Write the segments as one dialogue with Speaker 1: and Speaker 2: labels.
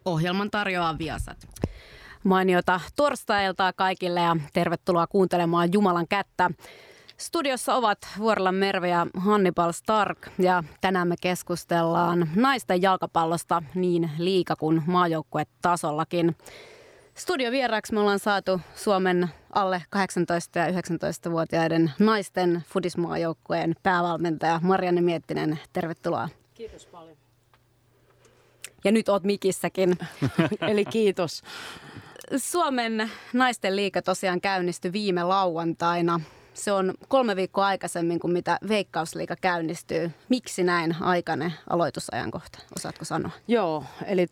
Speaker 1: Ohjelman tarjoaa Viasat.
Speaker 2: Mainiota torstai-iltaa kaikille ja tervetuloa kuuntelemaan Jumalan kättä. Studiossa ovat Vuorela Merve ja Hannibal Stark ja tänään me keskustellaan naisten jalkapallosta niin liiga- kuin maajoukkuetasollakin. Studiovieraaksi me ollaan saatu Suomen alle 18- ja 19-vuotiaiden naisten fudismaajoukkueen päävalmentaja Marianne Miettinen. Tervetuloa.
Speaker 3: Kiitos paljon.
Speaker 2: Ja nyt oot mikissäkin.
Speaker 3: Eli kiitos.
Speaker 2: Suomen naisten liiga tosiaan käynnistyi viime lauantaina. Se on 3 viikkoa aikaisemmin kuin mitä Veikkausliiga käynnistyy. Miksi näin aikainen aloitusajankohta? Osaatko sanoa?
Speaker 3: Joo, eli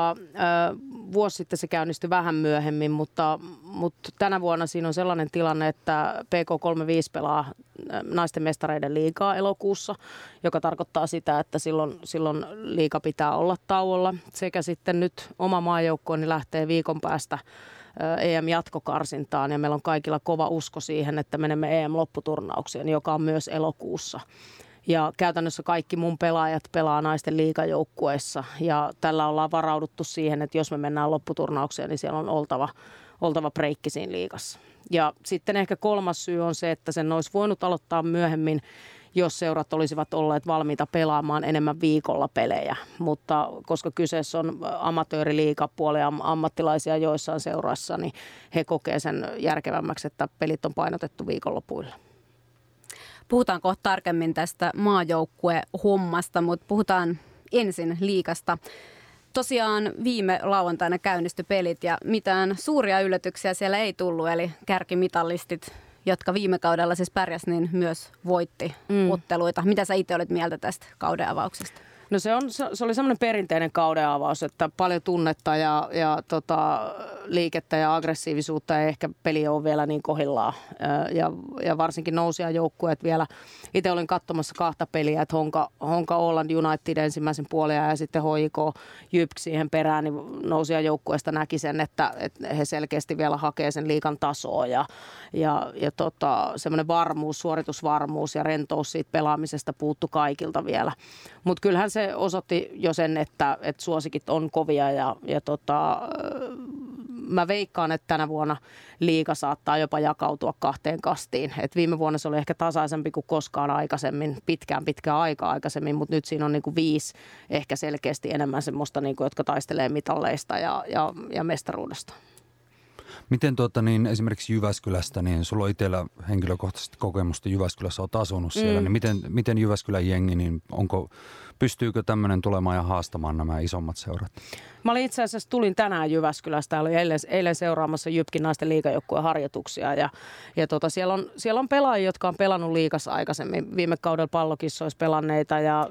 Speaker 3: vuosi sitten se käynnistyi vähän myöhemmin, mutta tänä vuonna siinä on sellainen tilanne, että PK35 pelaa naisten mestareiden liigaa elokuussa, joka tarkoittaa sitä, että silloin liiga pitää olla tauolla. Sekä sitten nyt oma maajoukkueeni lähtee viikon päästä EM-jatkokarsintaan ja meillä on kaikilla kova usko siihen, että menemme EM-lopputurnaukseen, joka on myös elokuussa. Ja käytännössä kaikki mun pelaajat pelaa naisten liigajoukkueessa ja tällä ollaan varauduttu siihen, että jos me mennään lopputurnaukseen, niin siellä on oltava breikki siinä liigassa. Ja sitten ehkä kolmas syy on se, että sen olisi voinut aloittaa myöhemmin, jos seurat olisivat olleet valmiita pelaamaan enemmän viikolla pelejä. Mutta koska kyseessä on amatööriliigapuoli ja ammattilaisia joissain seuroissa, niin he kokee sen järkevämmäksi, että pelit on painotettu viikonlopuille.
Speaker 2: Puhutaan kohta tarkemmin tästä maajoukkuehommasta, mutta puhutaan ensin liigasta. Tosiaan viime lauantaina käynnistyi pelit ja mitään suuria yllätyksiä siellä ei tullut, eli kärkimitallistit, jotka viime kaudella siis pärjäs, niin myös voitti otteluita. Mitä sä itse olet mieltä tästä kauden avauksesta?
Speaker 3: No se oli semmoinen perinteinen kauden avaus, että paljon tunnetta ja liikettä ja aggressiivisuutta ei ehkä peli ole vielä niin kohdillaan. Ja varsinkin nousijajoukkueet vielä. Itse olin katsomassa 2 peliä, että Honka Åland United ensimmäisen puolen ja sitten HJK Jyp siihen perään, niin nousijajoukkueesta näki sen, että he selkeästi vielä hakee sen liigan tasoa ja semmoinen varmuus, suoritusvarmuus ja rentous siitä pelaamisesta puuttu kaikilta vielä. Mutta kyllähän se osoitti jo sen, että suosikit on kovia ja mä veikkaan, että tänä vuonna liiga saattaa jopa jakautua 2 kastiin. Et viime vuonna se oli ehkä tasaisempi kuin koskaan aikaisemmin, pitkään aikaa aikaisemmin, mutta nyt siinä on niinku 5 ehkä selkeästi enemmän semmoista, niinku, jotka taistelee mitalleista ja mestaruudesta.
Speaker 4: Miten esimerkiksi Jyväskylästä, niin sulla on itsellä henkilökohtaisesti kokemusta Jyväskylässä, olet asunut siellä, niin miten Jyväskylän jengi, niin pystyykö tämmöinen tulemaan ja haastamaan nämä isommat seurat?
Speaker 3: Mä olin itse asiassa, tulin tänään Jyväskylästä, olin eilen seuraamassa Jypkin naisten liigajoukkueen harjoituksia ja siellä on pelaajia, jotka on pelannut liigassa aikaisemmin. Viime kaudella Pallokissoissa pelanneita ja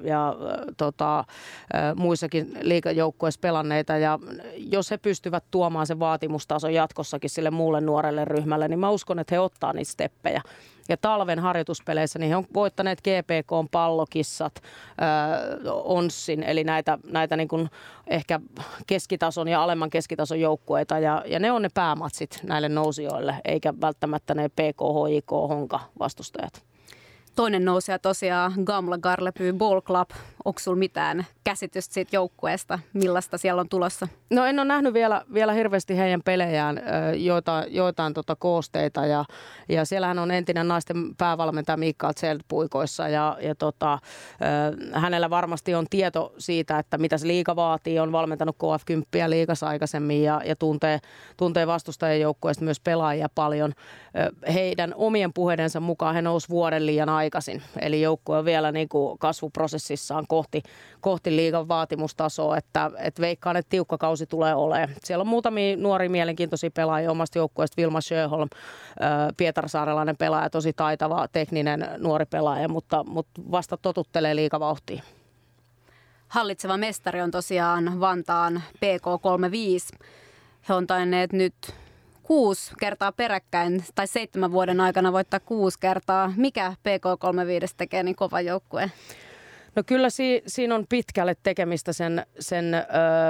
Speaker 3: muissakin liigajoukkueissa pelanneita ja jos he pystyvät tuomaan sen vaatimustason jatkossakin sille muulle nuorelle ryhmälle, niin mä uskon, että he ottaa niitä steppejä. Ja talven harjoituspeleissä niin he on voittaneet GPK:n Pallokissat, Onssin, eli näitä niin kuin ehkä keskitason ja alemman keskitason joukkueita. Ja ne on ne päämatsit näille nousijoille, eikä välttämättä ne PK, HJK, Honka vastustajat.
Speaker 2: Toinen nousija tosiaan Gamla Garleby Ball Club. Onko sinulla mitään käsitystä siitä joukkueesta? Millaista siellä on tulossa?
Speaker 3: No en ole nähnyt vielä hirveästi heidän pelejään, joitain koosteita. Ja siellähän on entinen naisten päävalmentaja Mikael Zeld puikoissa. Hänellä varmasti on tieto siitä, että mitä se liiga vaatii. On valmentanut KF10 liigassa aikaisemmin ja tuntee vastustajien joukkueesta myös pelaajia paljon. Heidän omien puheidensa mukaan he nousi vuoden liian aikaisin. Eli joukkue on vielä niin kuin kasvuprosessissaan kohti liigan vaatimustasoa, että veikkaan, että tiukka kausi tulee olemaan. Siellä on muutamia nuoria mielenkiintoisia pelaajia omasta joukkueesta, Vilma Sjöholm, pietarsaarelainen pelaaja, tosi taitava tekninen nuori pelaaja, mutta vasta totuttelee liigavauhtiin.
Speaker 2: Hallitseva mestari on tosiaan Vantaan PK35. He on tainneet nyt 6 kertaa peräkkäin tai 7 vuoden aikana voittaa 6 kertaa. Mikä PK35 tekee niin kova joukkue?
Speaker 3: No kyllä siinä on pitkälle tekemistä sen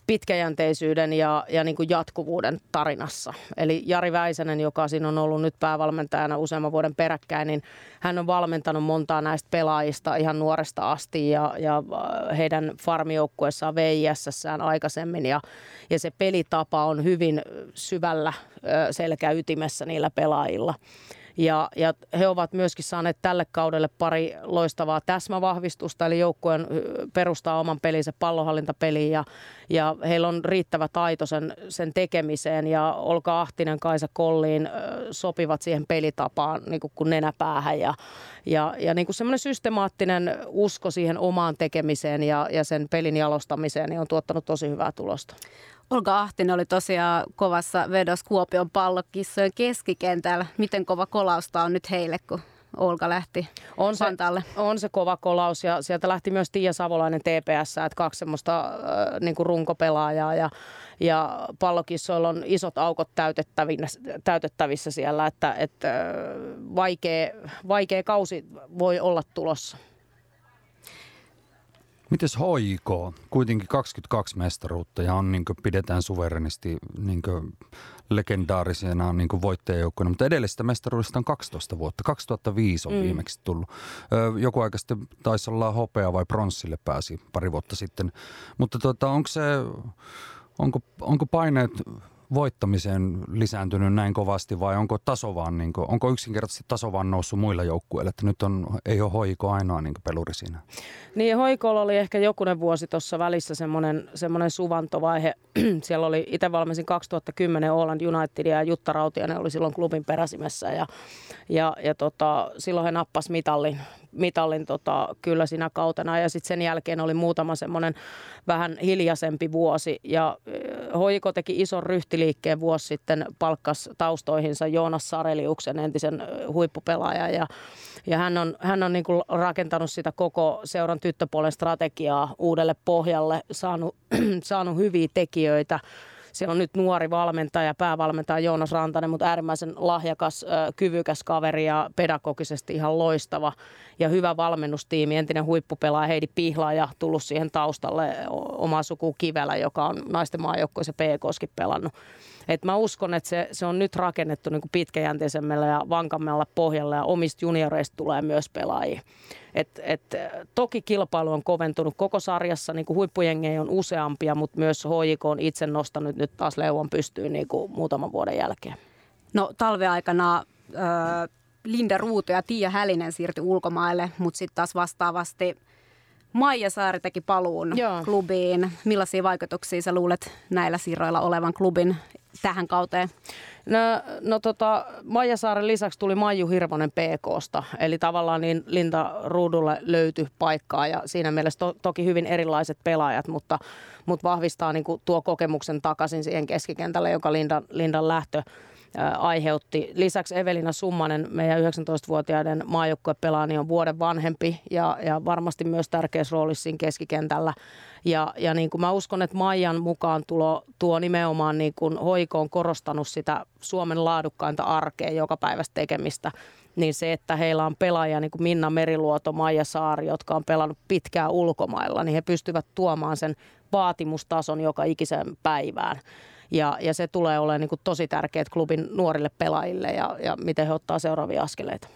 Speaker 3: pitkäjänteisyyden ja niin kuin jatkuvuuden tarinassa. Eli Jari Väisänen, joka siinä on ollut nyt päävalmentajana useamman vuoden peräkkäin, niin hän on valmentanut montaa näistä pelaajista ihan nuoresta asti ja heidän farmijoukkueessaan VIS:ssään aikaisemmin ja se pelitapa on hyvin syvällä selkäytimessä niillä pelaajilla. Ja he ovat myöskin saaneet tälle kaudelle pari loistavaa täsmävahvistusta, eli joukkueen perustaa oman pelinsä pallonhallintapeliin ja heillä on riittävä taito sen tekemiseen ja Olka Ahtinen, Kaisa Kolliin sopivat siihen pelitapaan niin kuin nenäpäähän ja niin kuin semmoinen systemaattinen usko siihen omaan tekemiseen ja sen pelin jalostamiseen niin on tuottanut tosi hyvää tulosta.
Speaker 2: Olga Ahtinen oli tosiaan kovassa vedos Kuopion Pallokissojen keskikentällä. Miten kova kolausta on nyt heille, kun Olga lähti Vantaalle?
Speaker 3: On se kova kolaus ja sieltä lähti myös Tiia Savolainen TPS, että 2 semmoista niin kuin runkopelaajaa ja Pallokissoilla on isot aukot täytettävissä siellä, että vaikea kausi voi olla tulossa.
Speaker 4: Mites HJK? Kuitenkin 22 mestaruutta ja on, niin kuin, pidetään suverenisti niin kuin, legendaarisena niin kuin voittajajoukkoina, mutta edellisestä mestaruudesta on 12 vuotta. 2005 on viimeksi tullut. Joku aika sitten taisi olla hopea vai pronssille pääsi pari vuotta sitten. Mutta onko paineet voittamiseen lisääntynyt näin kovasti vai onko taso vaan, niin kuin, onko yksinkertaisesti taso vaan noussut muilla joukkueilla, että nyt ei ole HJK ainoa niin kuin peluri siinä?
Speaker 3: Niin HJK:lla oli ehkä jokunen vuosi tuossa välissä semmoinen suvantovaihe. Siellä oli itse valmensin 2010 Åland Unitedia ja Jutta Rautiainen oli silloin klubin peräsimessä ja silloin he nappasi mitallin kyllä siinä kautena ja sitten sen jälkeen oli muutama semmoinen vähän hiljaisempi vuosi ja HJK teki ison ryhtiliikkeen vuosi sitten, palkkasi taustoihinsa Joonas Sareliuksen entisen huippupelaajan ja hän on niin kuin rakentanut sitä koko seuran tyttöpuolen strategiaa uudelle pohjalle, saanut hyviä tekijöitä. Siellä on nyt nuori valmentaja, päävalmentaja Joonas Rantanen, mutta äärimmäisen lahjakas, kyvykäs kaveri ja pedagogisesti ihan loistava ja hyvä valmennustiimi. Entinen huippupelaaja Heidi Pihlaaja tullut siihen taustalle, oma suku Kivelä, joka on naisten maajoukkueessa PK:skin pelannut. Et mä uskon, että se on nyt rakennettu niin kuin pitkäjänteisemmällä ja vankammalla pohjalla ja omista junioreista tulee myös pelaajia. Toki kilpailu on koventunut koko sarjassa, niin kuin huippujengejä on useampia, mutta myös HJK on itse nostanut nyt taas leuan pystyyn niin kuin muutaman vuoden jälkeen.
Speaker 2: No talveaikana Linda Ruuto ja Tiia Hälinen siirtyi ulkomaille, mutta sitten taas vastaavasti Maija Saari teki paluun klubiin. Millaisia vaikutuksia sä luulet näillä siirroilla olevan klubin tähän kauteen?
Speaker 3: No Maija Saaren lisäksi tuli Maiju Hirvonen PK:sta, eli tavallaan niin Linda Ruudulle löytyi paikkaa ja siinä mielessä toki hyvin erilaiset pelaajat, mutta vahvistaa niin kuin tuo kokemuksen takaisin siihen keskikentälle, joka Lindan lähtö aiheutti. Lisäksi Evelina Summanen, meidän 19-vuotiaiden maajoukkuepelaaja, on vuoden vanhempi ja varmasti myös tärkeässä roolissa siinä keskikentällä. Ja niin kuin mä uskon, että Maijan mukaan tuo nimenomaan niin kuin HJK on korostanut sitä Suomen laadukkainta arkea, jokapäiväistä tekemistä, niin se, että heillä on pelaajia niin kuin Minna Meriluoto, Maija Saari, jotka on pelannut pitkään ulkomailla, niin he pystyvät tuomaan sen vaatimustason joka ikiseen päivään. Ja se tulee olemaan niin kuin tosi tärkeää klubin nuorille pelaajille ja miten he ottaa seuraavia askeleita.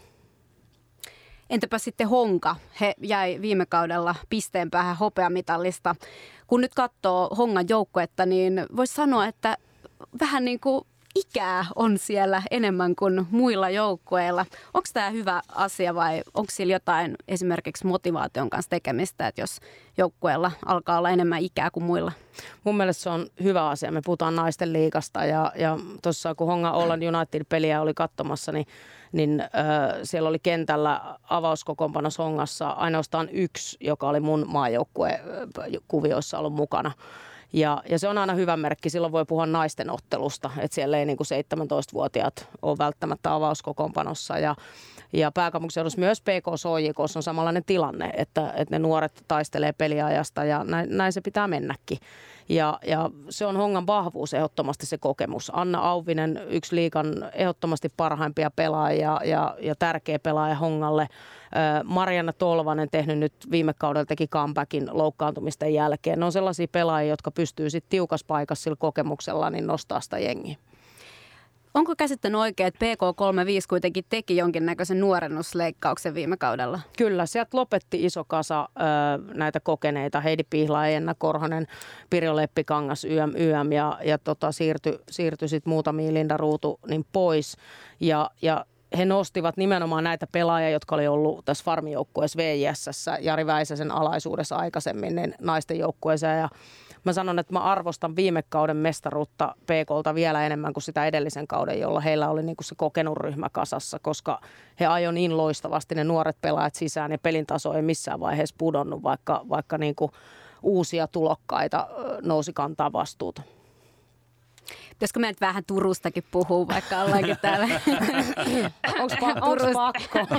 Speaker 2: Entäpä sitten Honka? He jäi viime kaudella pisteen päähän hopeamitalista. Kun nyt katsoo Hongan joukkuetta, niin voisi sanoa, että vähän niin kuin ikää on siellä enemmän kuin muilla joukkueilla. Onko tämä hyvä asia vai onko sillä jotain esimerkiksi motivaation kanssa tekemistä, että jos joukkueella alkaa olla enemmän ikää kuin muilla?
Speaker 3: Mun mielestä se on hyvä asia. Me puhutaan naisten liigasta ja tuossa kun Honga Åland United-peliä oli katsomassa, niin siellä oli kentällä avauskokoonpanossa Hongassa ainoastaan yksi, joka oli mun maajoukkuekuvioissa ollut mukana. Ja se on aina hyvä merkki. Silloin voi puhua naisten ottelusta, että siellä ei niin kuin 17-vuotiaat ole välttämättä avauskokoonpanossa. Ja pääkaupunkiseudussa myös PK-HJK:ssa on samanlainen tilanne, että ne nuoret taistelee peliajasta ja näin se pitää mennäkin. Ja se on Hongan vahvuus ehdottomasti se kokemus. Anna Auvinen, yksi liigan ehdottomasti parhaimpia pelaajia ja tärkeä pelaaja Hongalle. Marianna Tolvanen tehnyt nyt viime kaudella teki comebackin loukkaantumisten jälkeen. Ne on sellaisia pelaajia, jotka pystyy sitten tiukassa paikassa sillä kokemuksella niin nostaa sitä jengiä.
Speaker 2: Onko käsittänyt oikein, että PK35 kuitenkin teki jonkinnäköisen nuorennusleikkauksen viime kaudella?
Speaker 3: Kyllä, sieltä lopetti iso kasa näitä kokeneita. Heidi Pihla, Enna Korhonen, Pirjo Leppikangas, YM ja siirtyi sitten muutamia Linda Ruutu niin pois. Ja he nostivat nimenomaan näitä pelaajia, jotka oli ollut tässä farmijoukkueessa VJS:ssä Jari Väisäsen alaisuudessa aikaisemmin niin naisten joukkueeseen. Ja mä sanon, että mä arvostan viime kauden mestaruutta PK:lta vielä enemmän kuin sitä edellisen kauden, jolla heillä oli niin kuin se kokenut ryhmä kasassa, koska he ajoi niin loistavasti ne nuoret pelaajat sisään ja pelin taso ei missään vaiheessa pudonnut, vaikka niin kuin uusia tulokkaita nousi kantaa vastuuta.
Speaker 2: Pitäisikö me nyt vähän Turustakin puhua, vaikka ollaankin täällä?
Speaker 3: Onko pakko?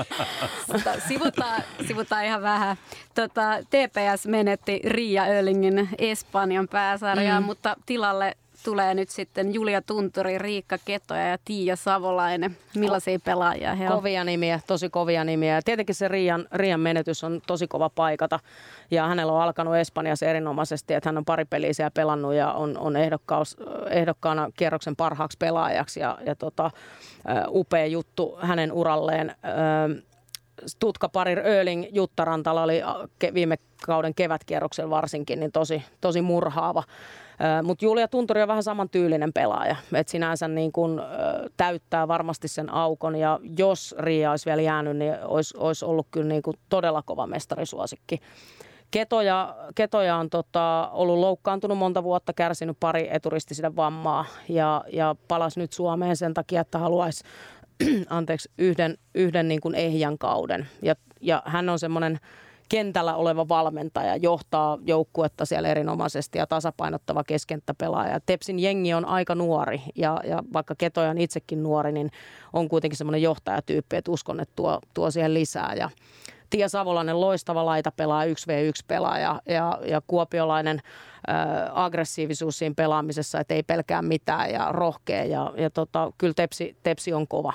Speaker 2: Sivutaan ihan vähän. TPS menetti Ria Öhlingin Espanjan pääsarjaa, mutta tilalle tulee nyt sitten Julia Tunturi, Riikka Ketoja ja Tiia Savolainen. Millaisia pelaajia he on?
Speaker 3: Kovia nimiä, tosi kovia nimiä. Ja tietenkin se Rian menetys on tosi kova paikata. Ja hänellä on alkanut Espanjassa erinomaisesti, että hän on pari peliä siellä pelannut ja on ehdokkaana kierroksen parhaaksi pelaajaksi. Ja upea juttu hänen uralleen. Tutka-pari Öhling Jutta Rantala oli viime kauden kevätkierroksella varsinkin niin tosi murhaava. Mutta Julia Tunturi on vähän samantyylinen pelaaja. Et sinänsä niin kun, täyttää varmasti sen aukon ja jos Riia olisi vielä jäänyt, niin olisi ollut kyllä niin kun todella kova mestarisuosikki. Ketoja on ollut loukkaantunut monta vuotta, kärsinyt pari eturistisida vammaa ja palasi nyt Suomeen sen takia, että haluaisi yhden niin kuin ehjän kauden. Ja hän on semmoinen kentällä oleva valmentaja, johtaa joukkuetta siellä erinomaisesti ja tasapainottava keskenttäpelaaja. Tepsin jengi on aika nuori ja vaikka Ketoja on itsekin nuori, niin on kuitenkin semmoinen johtajatyyppi, että uskon, että tuo siihen lisää. Ja Tiia Savolainen loistava laitapelaaja, 1v1-pelaaja ja kuopiolainen aggressiivisuus siinä pelaamisessa, että ei pelkää mitään ja rohkea ja kyllä Tepsi on kova.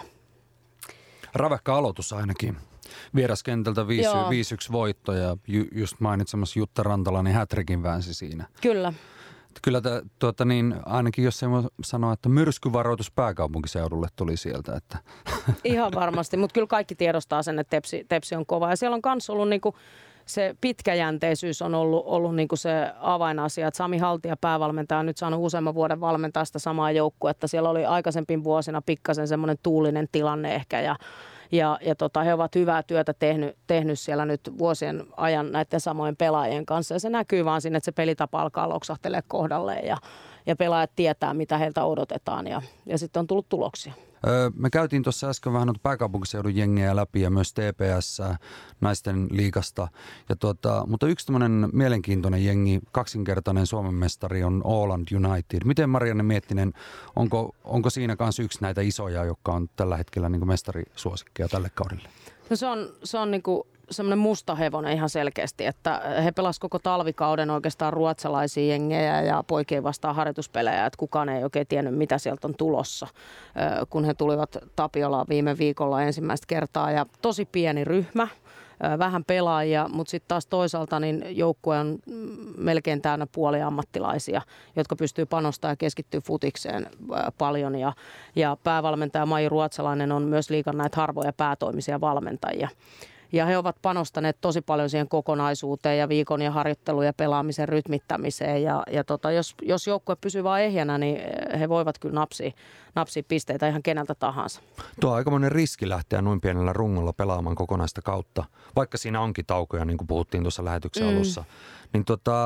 Speaker 4: Räväkkä aloitus ainakin. Vieraskentältä 5-1 voitto ja just mainitsemassa Jutta Rantala, niin hätrikin väänsi siinä.
Speaker 3: Kyllä.
Speaker 4: Kyllä ainakin jos ei voi sanoa, että myrskyvaroitus pääkaupunkiseudulle tuli sieltä. Että.
Speaker 3: Ihan varmasti, mutta kyllä kaikki tiedostaa sen, että Tepsi on kova. Ja siellä on myös ollut niinku se pitkäjänteisyys on ollut niinku se avainasia. Että Sami Haltia päävalmentaja on nyt saanut useamman vuoden valmentaa sitä samaa joukkuetta. Siellä oli aikaisempin vuosina pikkasen semmoinen tuulinen tilanne ehkä ja he ovat hyvää työtä tehnyt siellä nyt vuosien ajan näiden samojen pelaajien kanssa. Ja se näkyy vaan siinä, että se pelitapa alkaa loksahtelee kohdalleen ja pelaajat tietää, mitä heiltä odotetaan ja sitten on tullut tuloksia.
Speaker 4: Me käytiin tuossa äsken vähän noita pääkaupunkiseudun jengejä läpi ja myös TPS naisten liigasta. Mutta yksi tämmöinen mielenkiintoinen jengi, kaksinkertainen Suomen mestari on Åland United. Miten Marianne Miettinen, onko siinä kanssa yksi näitä isoja, jotka on tällä hetkellä niin kuin mestarisuosikkeja tälle kaudelle?
Speaker 3: No se on niin kuin semmoinen musta hevonen ihan selkeästi, että he pelasivat koko talvikauden oikeastaan ruotsalaisia jengejä ja poikien vastaan harjoituspelejä, että kukaan ei oikein tiennyt, mitä sieltä on tulossa, kun he tulivat Tapiolaan viime viikolla ensimmäistä kertaa ja tosi pieni ryhmä. Vähän pelaajia, mutta sitten taas toisaalta niin joukkue on melkein täynnä puoliammattilaisia, jotka pystyy panostamaan ja keskittyy futikseen paljon. Ja päävalmentaja Maiju Ruotsalainen on myös liigan näitä harvoja päätoimisia valmentajia. Ja he ovat panostaneet tosi paljon siihen kokonaisuuteen ja viikon ja harjoittelun ja pelaamisen rytmittämiseen. Jos joukkue pysyy vaan ehjänä, niin he voivat kyllä napsia pisteitä ihan keneltä tahansa.
Speaker 5: Tuo on aikamoinen riski lähteä noin pienellä rungolla pelaamaan kokonaista kautta, vaikka siinä onkin taukoja, niin kuin puhuttiin tuossa lähetyksen alussa. Niin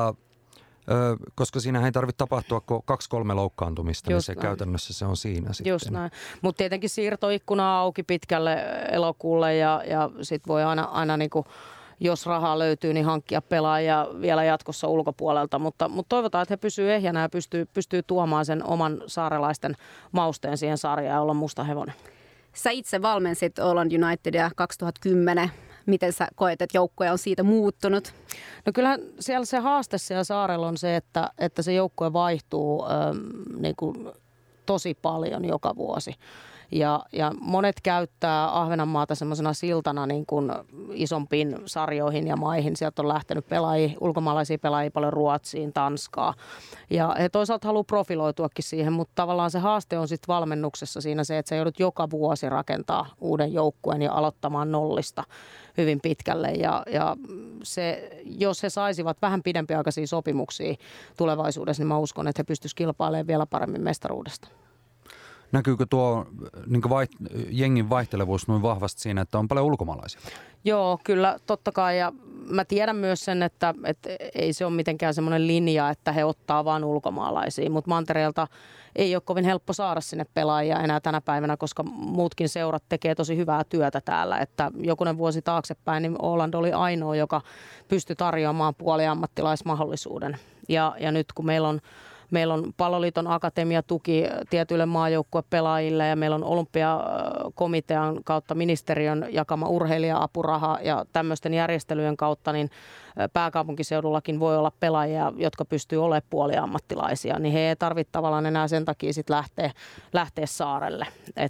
Speaker 5: koska siinä ei tarvitse tapahtua 2-3 loukkaantumista, just niin se käytännössä se on siinä sitten.
Speaker 3: Just näin. Mutta tietenkin siirtoikkuna auki pitkälle elokuulle ja sitten voi aina niinku, jos rahaa löytyy, niin hankkia pelaajia vielä jatkossa ulkopuolelta. Mutta toivotaan, että he pysyvät ehjänä ja pystyy tuomaan sen oman saarelaisten mausteen siihen sarjaan ja olla musta hevonen.
Speaker 2: Sä itse valmensit Åland Unitedia 2010 miten sä koet, että joukkue on siitä muuttunut?
Speaker 3: No kyllähän siellä se haaste siellä saarella on se, että se joukkue vaihtuu niin kuin tosi paljon joka vuosi. Ja monet käyttää Ahvenanmaata semmoisena siltana niin kuin isompiin sarjoihin ja maihin. Sieltä on lähtenyt ulkomaalaisia pelaajia paljon Ruotsiin, Tanskaa. Ja he toisaalta haluaa profiloituakin siihen, mutta tavallaan se haaste on sitten valmennuksessa siinä se, että sä joudut joka vuosi rakentaa uuden joukkueen ja aloittamaan nollista hyvin pitkälle. Ja jos he saisivat vähän pidempiaikaisia sopimuksia tulevaisuudessa, niin mä uskon, että he pystyisivät kilpailemaan vielä paremmin mestaruudesta.
Speaker 4: Näkyykö tuo niin jengin vaihtelevuus noin vahvasti siinä, että on paljon ulkomaalaisia?
Speaker 3: Joo, kyllä totta kai. Ja mä tiedän myös sen, että ei se ole mitenkään semmoinen linja, että he ottaa vaan ulkomaalaisia. Mutta Mantereelta ei ole kovin helppo saada sinne pelaajia enää tänä päivänä, koska muutkin seurat tekee tosi hyvää työtä täällä. Että jokunen vuosi taaksepäin niin Åland oli ainoa, joka pystyi tarjoamaan puoliammattilaismahdollisuuden. Ja nyt kun meillä on Palloliiton akatemiatuki tietyille maajoukkuepelaajille ja meillä on olympiakomitean kautta ministeriön jakama urheilija-apuraha ja tämmöisten järjestelyjen kautta, niin pääkaupunkiseudullakin voi olla pelaajia, jotka pystyy olemaan puoliammattilaisia, niin he ei tarvitse tavallaan enää sen takia sit lähteä saarelle.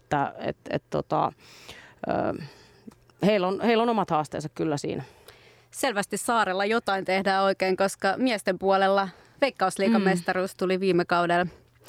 Speaker 3: Heillä on omat haasteensa kyllä siinä.
Speaker 2: Selvästi saarella jotain tehdään oikein, koska miesten puolella Veikkausliigan mestaruus tuli viime kaudella.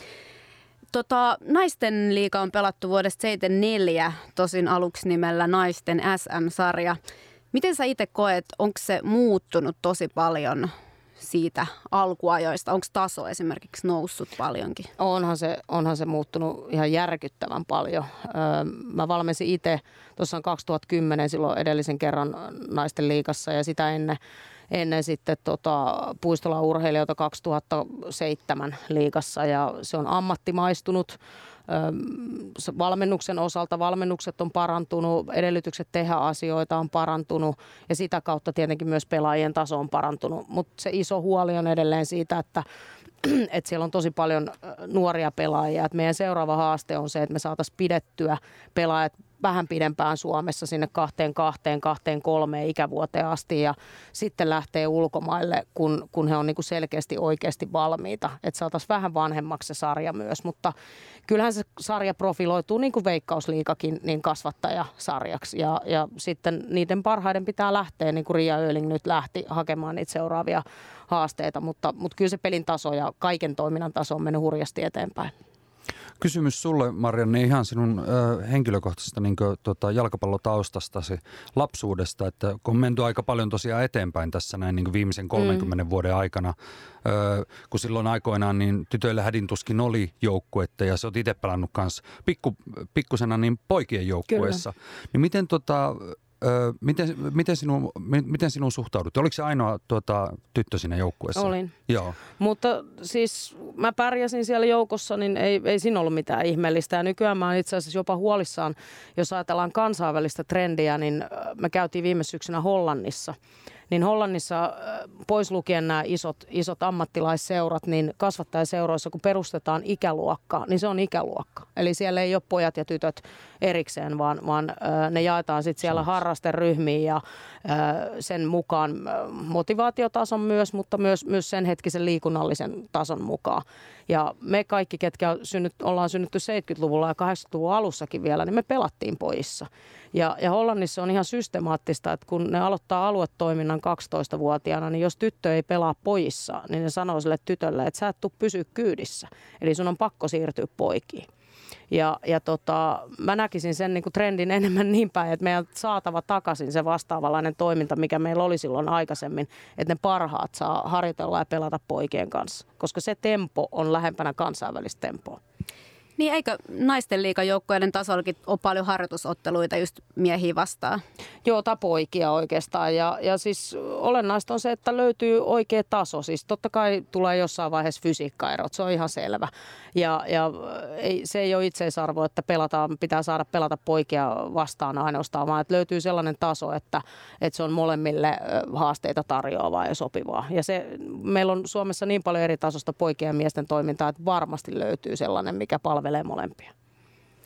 Speaker 2: Naisten liiga on pelattu vuodesta 1974, tosin aluksi nimellä naisten SM-sarja. Miten sä itse koet, onko se muuttunut tosi paljon siitä alkuajoista? Onko taso esimerkiksi noussut paljonkin?
Speaker 3: Onhan se muuttunut ihan järkyttävän paljon. Mä valmensin itse tuossa 2010 silloin edellisen kerran naisten liigassa ja sitä ennen sitten Puistolan urheilijoita 2007 liigassa ja se on ammattimaistunut. Valmennuksen osalta valmennukset on parantunut, edellytykset tehdä asioita on parantunut ja sitä kautta tietenkin myös pelaajien taso on parantunut. Mutta se iso huoli on edelleen siitä, että siellä on tosi paljon nuoria pelaajia. Et meidän seuraava haaste on se, että me saataisiin pidettyä pelaajat vähän pidempään Suomessa sinne 22-23 ikävuoteen asti ja sitten lähtee ulkomaille, kun he on niin kuin selkeästi oikeasti valmiita. Että saataisiin vähän vanhemmaksi se sarja myös, mutta kyllähän se sarja profiloituu niin kuin Veikkausliigakin niin kasvattajasarjaksi ja sitten niiden parhaiden pitää lähteä, niin kuin Ria Öling nyt lähti hakemaan niitä seuraavia haasteita, mutta kyllä se pelin taso ja kaiken toiminnan taso on mennyt hurjasti eteenpäin.
Speaker 4: Kysymys sulle, Marianne, ihan sinun henkilökohtaisesta jalkapallotaustastasi, lapsuudesta, että kun on menty aika paljon tosiaan eteenpäin tässä näin niin viimeisen 30 vuoden aikana, kun silloin aikoinaan niin tytöillä hädintuskin oli joukkuetta ja sä oot itse pelannut kanssa pikkusena niin poikien joukkueessa. Niin miten sinun suhtaudut? Oliko se ainoa tyttö siinä joukkueessa?
Speaker 3: Olin.
Speaker 4: Joo.
Speaker 3: Mutta siis mä pärjäsin siellä joukossa, niin ei siinä ollut mitään ihmeellistä. Ja nykyään mä oon itse asiassa jopa huolissaan, jos ajatellaan kansainvälistä trendiä, niin me käytiin viime syksynä Hollannissa. Niin Hollannissa pois lukien nämä isot ammattilaisseurat, niin kasvattajaseuroissa kun perustetaan ikäluokka, niin se on ikäluokka. Eli siellä ei ole pojat ja tytöt erikseen, vaan ne jaetaan sitten siellä harrasteryhmiin ja sen mukaan motivaatiotason myös, mutta myös sen hetkisen liikunnallisen tason mukaan. Ja me kaikki, ketkä ollaan synnytty 70-luvulla ja 80-luvun alussakin vielä, niin me pelattiin pojissa. Ja Hollannissa on ihan systemaattista, että kun ne aloittaa aluetoiminnan 12-vuotiaana, niin jos tyttö ei pelaa pojissa, niin ne sanoo sille tytölle, että sä et tule pysyä kyydissä. Eli sun on pakko siirtyä poikiin. Ja mä näkisin sen niin kuin trendin enemmän niin päin, että meidän saatava takaisin se vastaavanlainen toiminta, mikä meillä oli silloin aikaisemmin, että ne parhaat saa harjoitella ja pelata poikien kanssa, koska se tempo on lähempänä kansainvälistä tempoa.
Speaker 2: Niin eikö naisten liigajoukkueiden tasollakin ole paljon harjoitusotteluita just miehiä vastaan?
Speaker 3: Joo, tai poikia oikeastaan. Ja siis olennaista on se, että löytyy oikea taso. Siis totta kai tulee jossain vaiheessa fysiikkaerot, se on ihan selvä. Ja se ei ole itseisarvo, että pitää saada pelata poikia vastaan ainoastaan, vaan että löytyy sellainen taso, että se on molemmille haasteita tarjoavaa ja sopivaa. Ja meillä on Suomessa niin paljon eri tasosta poikien ja miesten toimintaa, että varmasti löytyy sellainen, mikä palvelee molempia.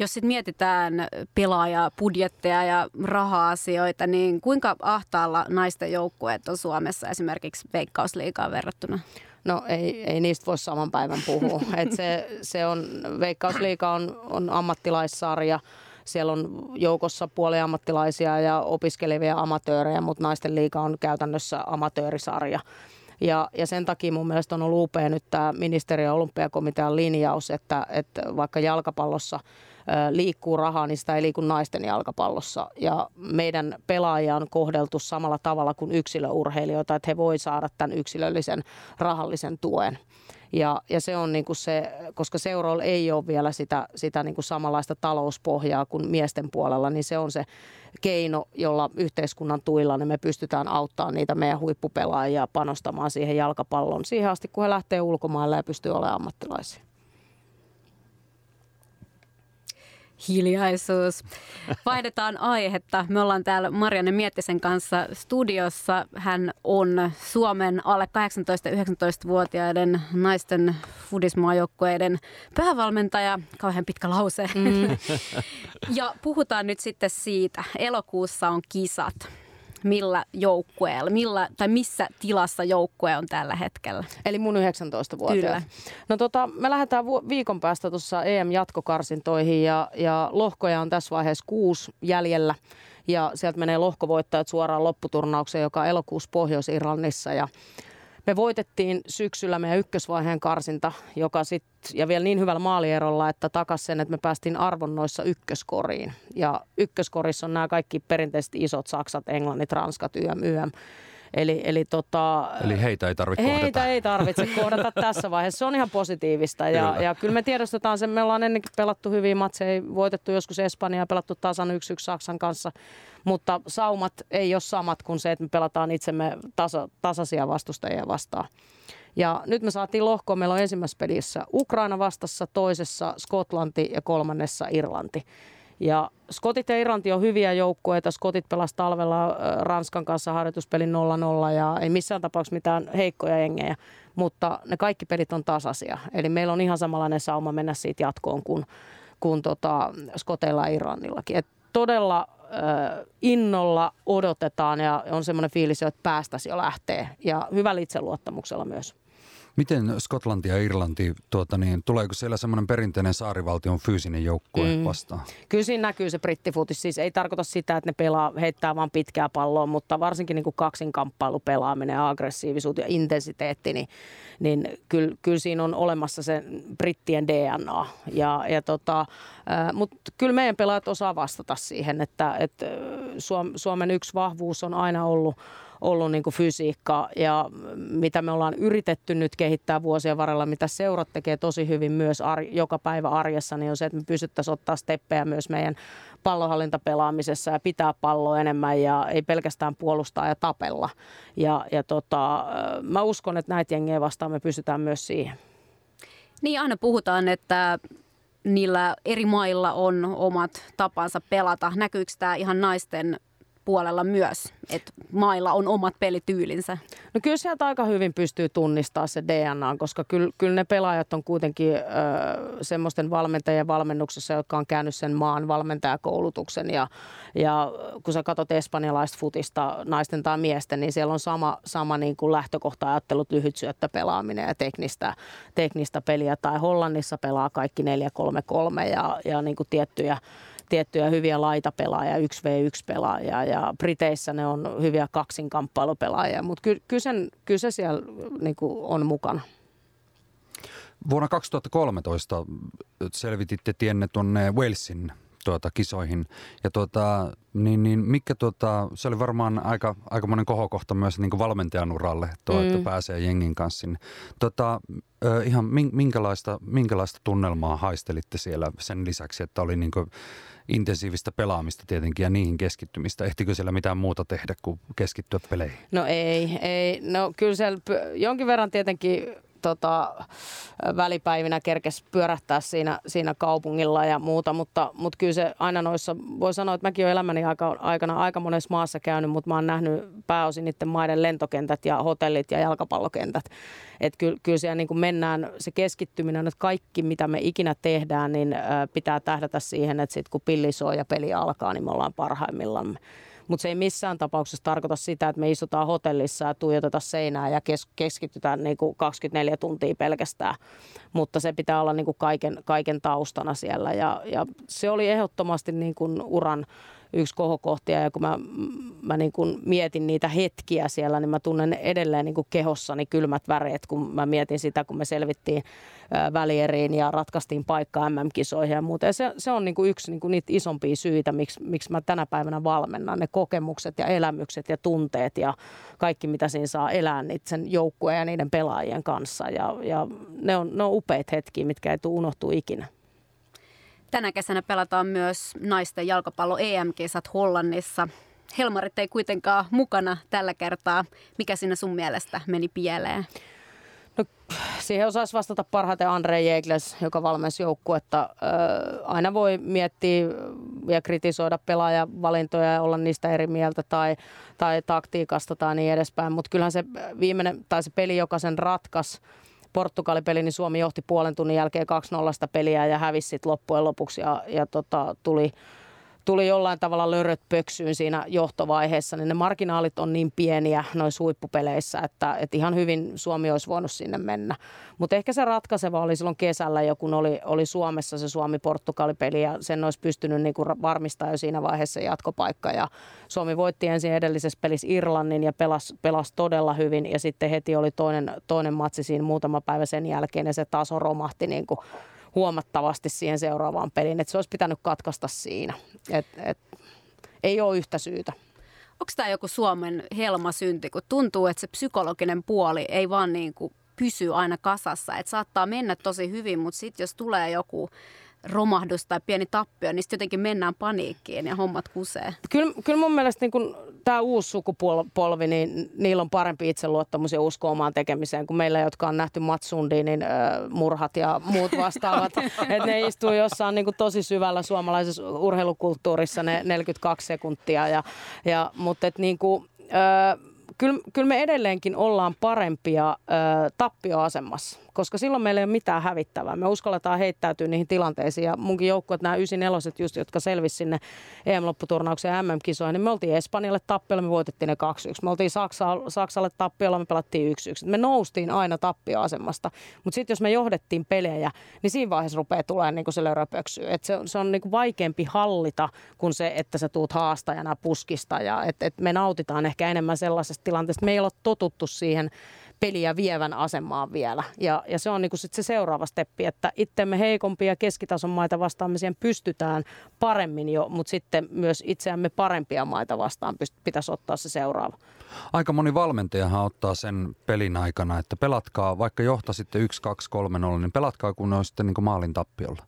Speaker 2: Jos sitten mietitään pelaajabudjetteja ja raha-asioita, niin kuinka ahtaalla naisten joukkueet on Suomessa esimerkiksi Veikkausliigaan verrattuna?
Speaker 3: No ei niistä voi saman päivän puhua. Se on, Veikkausliiga on ammattilaissarja. Siellä on joukossa puoliammattilaisia ja opiskelevia amatöörejä, mutta naisten liiga on käytännössä amatöörisarja. Ja sen takia mun mielestä on ollut upea nyt tämä ministeriön olympiakomitean linjaus, että vaikka jalkapallossa liikkuu rahaa, niin sitä ei liiku naisten jalkapallossa. Ja meidän pelaajia on kohdeltu samalla tavalla kuin yksilöurheilijoita, että he voi saada tämän yksilöllisen rahallisen tuen. Ja se on niin kuin se, koska seuroilla ei ole vielä sitä niin kuin samanlaista talouspohjaa kuin miesten puolella, niin se on se keino, jolla yhteiskunnan tuilla niin me pystytään auttamaan niitä meidän huippupelaajia panostamaan siihen jalkapalloon siihen asti, kun he lähtee ulkomaille ja pystyy olemaan ammattilaisia.
Speaker 2: Hiljaisuus. Vaihdetaan aihetta. Me ollaan täällä Marianne Miettisen kanssa studiossa. Hän on Suomen alle 18-19-vuotiaiden naisten fudismaajoukkueiden päävalmentaja. Kauhean pitkä lause. Ja puhutaan nyt sitten siitä. Elokuussa on kisat. Millä joukkueella, missä tilassa joukkue on tällä hetkellä?
Speaker 3: Eli mun 19-vuotiaat. No me lähdetään viikon päästä tuossa EM-jatkokarsintoihin ja lohkoja on tässä vaiheessa 6 jäljellä. Ja sieltä menee lohkovoittajat suoraan lopputurnaukseen, joka on elokuussa Pohjois-Irlannissa. Ja me voitettiin syksyllä meidän ykkösvaiheen karsinta, joka ja vielä niin hyvällä maalierolla, että takas sen, että me päästiin arvonnoissa ykköskoriin. Ja ykköskorissa on nämä kaikki perinteisesti isot Saksat, Englannit, Ranskat, YM. Eli
Speaker 5: heitä ei tarvitse kohdata.
Speaker 3: Heitä ei tarvitse kohdata tässä vaiheessa. Se on ihan positiivista. Ja kyllä me tiedostetaan sen. Me ollaan ennenkin pelattu hyviä matseja, voitettu joskus Espanjaa, pelattu tasan 1-1 Saksan kanssa. Mutta saumat ei ole samat kuin se, että me pelataan itsemme tasaisia vastustajia vastaan. Ja nyt me saatiin lohkoon. Meillä on ensimmäisessä pelissä Ukraina vastassa, toisessa Skotlanti ja kolmannessa Irlanti. Ja Skotit ja Irlanti on hyviä joukkueita. Skotit pelasi talvella Ranskan kanssa harjoituspelin 0-0 ja ei missään tapauksessa mitään heikkoja jengejä, mutta ne kaikki pelit on tasaisia. Eli meillä on ihan samanlainen sauma mennä siitä jatkoon kuin Skoteilla ja Irlannillakin. Et todella innolla odotetaan ja on semmoinen fiilis, että päästäisiin jo lähtee ja hyvällä itseluottamuksella myös.
Speaker 4: Miten Skotlanti ja Irlanti, tuleeko siellä semmoinen perinteinen saarivaltion fyysinen joukkue vastaan?
Speaker 3: Kyllä siinä näkyy se brittifutis. Siis ei tarkoita sitä, että ne heittää vaan pitkää palloa, mutta varsinkin niin kuin kaksinkamppailu pelaaminen, aggressiivisuus ja intensiteetti, niin kyllä siinä on olemassa se brittien DNA. Mutta kyllä meidän pelaajat osaa vastata siihen, että Suomen yksi vahvuus on aina ollut niin kuin fysiikka ja mitä me ollaan yritetty nyt kehittää vuosien varrella, mitä seurat tekee tosi hyvin myös joka päivä arjessa, niin on se, että me pystyttäisiin ottaa steppejä myös meidän pallonhallintapelaamisessa ja pitää palloa enemmän ja ei pelkästään puolustaa ja tapella. Mä uskon, että näitä jengejä vastaan me pystytään myös siihen.
Speaker 2: Niin aina puhutaan, että niillä eri mailla on omat tapansa pelata. Näkyykö tämä ihan naisten puolella myös, että mailla on omat pelityylinsä?
Speaker 3: No kyllä sieltä aika hyvin pystyy tunnistamaan se DNA, koska kyllä ne pelaajat on kuitenkin semmoisten valmentajien valmennuksessa, jotka on käynyt sen maan valmentajakoulutuksen ja kun sä katsot espanjalaista futista, naisten tai miesten, niin siellä on sama niin kuin lähtökohta-ajattelut, lyhyt syöttöpelaaminen ja teknistä peliä, tai Hollannissa pelaa kaikki 4-3-3 ja niin kuin tiettyjä hyviä laitapelaajia, 1v1-pelaajia ja Briteissä ne on hyviä kaksinkamppailupelaajia, mutta kyllä se siellä niin kuin on mukana.
Speaker 4: Vuonna 2013 selvititte tienne tuonne Walesin kisoihin ja mikä se oli varmaan aika monen kohokohta myös niin kuin valmentajan uralle, että pääsee jengin kanssa sinne. Ihan minkälaista tunnelmaa haistelitte siellä sen lisäksi, että oli niin kuin intensiivistä pelaamista tietenkin ja niihin keskittymistä. Ehtikö siellä mitään muuta tehdä kuin keskittyä peleihin?
Speaker 3: No ei. No kyllä siellä jonkin verran tietenkin välipäivinä kerkes pyörähtää siinä kaupungilla ja muuta, mutta kyllä se aina noissa, voi sanoa, että mäkin olen elämäni aikana aika monessa maassa käynyt, mutta mä oon nähnyt pääosin niiden maiden lentokentät ja hotellit ja jalkapallokentät. Että kyllä siellä niin kuin mennään, se keskittyminen, että kaikki mitä me ikinä tehdään, niin pitää tähdätä siihen, että sit kun pilli soi ja peli alkaa, niin me ollaan parhaimmillamme. Mutta se ei missään tapauksessa tarkoita sitä, että me istutaan hotellissa ja tuijotetaan seinää ja keskitytään niin kuin 24 tuntia pelkästään. Mutta se pitää olla niin kuin kaiken taustana siellä. Ja se oli ehdottomasti niin kuin uran yksi kohokohtia. Ja kun mä niin kuin mietin niitä hetkiä siellä, niin mä tunnen edelleen niin kuin kehossani kylmät väreet, kun mä mietin sitä, kun me selvittiin välieriin ja ratkaistiin paikkaa MM-kisoihin ja muuta. Ja se on niin kuin yksi niin kuin niitä isompia syitä, miksi mä tänä päivänä valmennan. Ne kokemukset ja elämykset ja tunteet ja kaikki, mitä siinä saa elää niitä sen joukkueen ja niiden pelaajien kanssa. Ja ne on upeita hetkiä, mitkä ei tule unohtua ikinä.
Speaker 2: Tänä kesänä pelataan myös naisten jalkapallo EM-kisat Hollannissa. Helmarit ei kuitenkaan mukana tällä kertaa. Mikä siinä sun mielestä meni pieleen?
Speaker 3: No, siihen osaisi vastata parhaiten Andre Jegles, joka valmensi joukkuetta. Aina voi miettiä ja kritisoida pelaajavalintoja ja olla niistä eri mieltä tai taktiikasta tai niin edespäin. Mutta kyllähän se viimeinen tai se peli, joka sen ratkaisi, Portugali-peli, niin Suomi johti puolen tunnin jälkeen 2-0 peliä ja hävisi sitten loppujen lopuksi ja tuli jollain tavalla löröt pöksyyn siinä johtovaiheessa, niin ne marginaalit on niin pieniä noissa huippupeleissä, että ihan hyvin Suomi olisi voinut sinne mennä. Mutta ehkä se ratkaiseva oli silloin kesällä jo, kun oli Suomessa se Suomi-Portugali-peli ja sen olisi pystynyt niinku varmistamaan jo siinä vaiheessa jatkopaikka. Ja Suomi voitti ensin edellisessä pelissä Irlannin ja pelasi todella hyvin ja sitten heti oli toinen matsi siinä muutama päivä sen jälkeen ja se taso romahti niinku huomattavasti siihen seuraavaan peliin, että se olisi pitänyt katkaista siinä. Ei ole yhtä syytä.
Speaker 2: Onko tämä joku Suomen helmasynti, kun tuntuu, että se psykologinen puoli ei vaan niin kuin pysy aina kasassa, että saattaa mennä tosi hyvin, mutta sitten jos tulee joku romahdus tai pieni tappio, niin sitten jotenkin mennään paniikkiin ja hommat kusee.
Speaker 3: Kyllä mun mielestä niin tämä uusi sukupolvi, niin niillä on parempi itseluottamus ja usko omaan tekemiseen kuin meillä, jotka on nähty Mats Sundinin murhat ja muut vastaavat. Että ne istuu jossain niin kuin tosi syvällä suomalaisessa urheilukulttuurissa ne 42 sekuntia. Mutta niin kuin, kyllä me edelleenkin ollaan parempia tappioasemassa, koska silloin meillä ei ole mitään hävittävää. Me uskalletaan heittäytyä niihin tilanteisiin ja munkin joukkueet, nämä 94 just, jotka selvisi sinne EM-lopputurnaukseen ja MM-kisoihin, niin me oltiin Espanjalle tappiolla, me voitettiin ne 2-1. Me oltiin Saksalle tappiolla, me pelattiin 1-1. Me noustiin aina tappioasemasta, mutta sitten jos me johdettiin pelejä, niin siinä vaiheessa rupeaa tulemaan niin kuin se löröpöksyy. Se on niin kuin vaikeampi hallita kuin se, että sä tuut haastajana puskista ja että me nautitaan ehkä enemmän sellaisesta tilanteesta. Me ei olla totuttu siihen peliä vievän asemaan vielä. Ja se on niinku sit se seuraava steppi, että itsemme heikompia keskitason maita vastaan me siihen pystytään paremmin jo, mutta sitten myös itseämme parempia maita vastaan pitäisi ottaa se seuraava.
Speaker 4: Aika moni valmentajahan ottaa sen pelin aikana, että pelatkaa, vaikka johtasitte 1-2-3-0, niin pelatkaa kun on sitten niinku maalin tappiolla.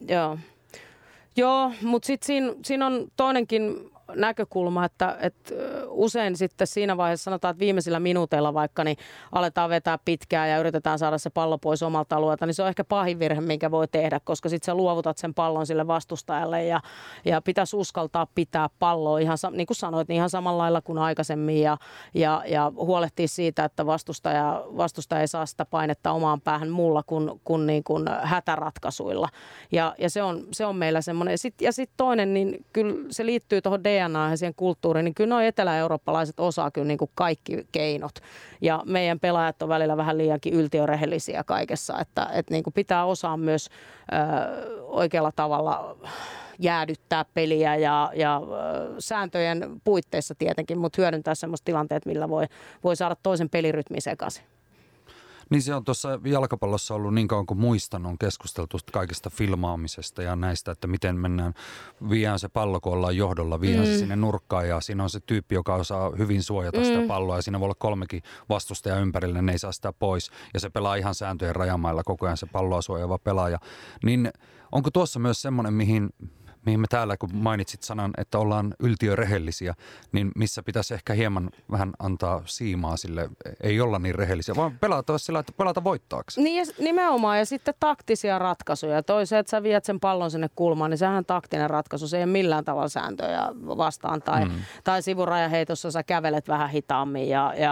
Speaker 3: Joo, mutta sitten siinä on toinenkin näkökulma, että usein sitten siinä vaiheessa sanotaan, että viimeisillä minuuteilla vaikka niin aletaan vetää pitkään ja yritetään saada se pallo pois omalta alueelta, niin se on ehkä pahin virhe, minkä voi tehdä, koska sitten sä luovutat sen pallon sille vastustajalle ja pitäisi uskaltaa pitää palloa ihan, niin kuin sanoit, niin ihan samalla lailla kuin aikaisemmin ja huolehtia siitä, että vastustaja ei saa sitä painetta omaan päähän muulla kuin niin kuin hätäratkaisuilla. Ja se on meillä semmoinen. Ja sitten toinen, niin kyllä se liittyy tuohon DNA:hen ja siihen kulttuuriin, niin kyllä nuo etelä-eurooppalaiset osaa kyllä niin kuin kaikki keinot. Ja meidän pelaajat on välillä vähän liiankin yltiörehellisiä kaikessa, että niin kuin pitää osaa myös oikealla tavalla jäädyttää peliä ja sääntöjen puitteissa tietenkin, mutta hyödyntää semmoista tilanteet, millä voi saada toisen pelirytmin sekaisin.
Speaker 4: Niin se on tuossa jalkapallossa ollut niin kauan kuin muistan, on keskusteltu kaikesta filmaamisesta ja näistä, että miten viedään se pallo, kun ollaan johdolla, viedään se sinne nurkkaan ja siinä on se tyyppi, joka osaa hyvin suojata sitä palloa ja siinä voi olla 3 vastustajaa ympärillä, ne ei saa sitä pois ja se pelaa ihan sääntöjen rajamailla koko ajan se palloa suojaava pelaaja. Niin onko tuossa myös semmoinen, mihin me täällä, kun mainitsit sanan, että ollaan yltiörehellisiä, niin missä pitäisi ehkä hieman vähän antaa siimaa sille, ei olla niin rehellisiä, vaan pelata sillä, että pelata voittaakseen.
Speaker 3: Niin ja nimenomaan, ja sitten taktisia ratkaisuja. Toisaalta, että sä viet sen pallon sinne kulmaan, niin sehän on taktinen ratkaisu. Se ei ole millään tavalla sääntöjä vastaan. Tai sivurajaheitossa sä kävelet vähän hitaammin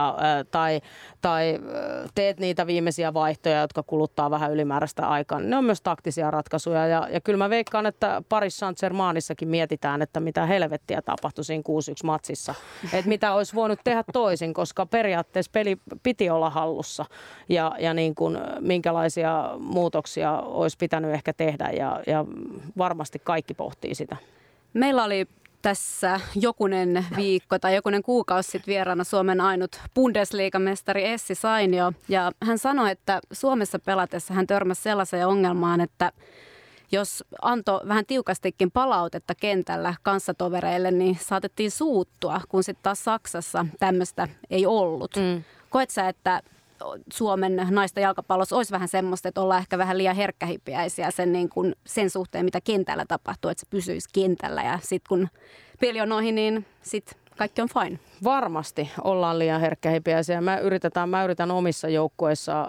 Speaker 3: tai teet niitä viimeisiä vaihtoja, jotka kuluttaa vähän ylimääräistä aikaa. Ne on myös taktisia ratkaisuja. Ja kyllä mä veikkaan, että Paris Saint-Germainissakin mietitään, että mitä helvettiä tapahtui siinä 6-1 matsissa. Että mitä olisi voinut tehdä toisin, koska periaatteessa peli piti olla hallussa. Ja niin kuin, minkälaisia muutoksia olisi pitänyt ehkä tehdä. Ja varmasti kaikki pohtii sitä.
Speaker 2: Meillä oli tässä jokunen viikko tai jokunen kuukausi sitten vieraana Suomen ainut Bundesliga-mestari Essi Sainio. Ja hän sanoi, että Suomessa pelatessa hän törmäsi sellaiseen ongelmaan, että jos antoi vähän tiukastikin palautetta kentällä kanssatovereille, niin saatettiin suuttua, kun sitten taas Saksassa tämmöistä ei ollut. Koet sä, että Suomen naisten jalkapallossa olisi vähän semmoista, että ollaan ehkä vähän liian herkkähipiäisiä sen suhteen, mitä kentällä tapahtuu, että se pysyisi kentällä ja sitten kun peli on ohi, niin sitten kaikki on fine.
Speaker 3: Varmasti ollaan liian herkkähipiäisiä. Mä yritän omissa joukkueissa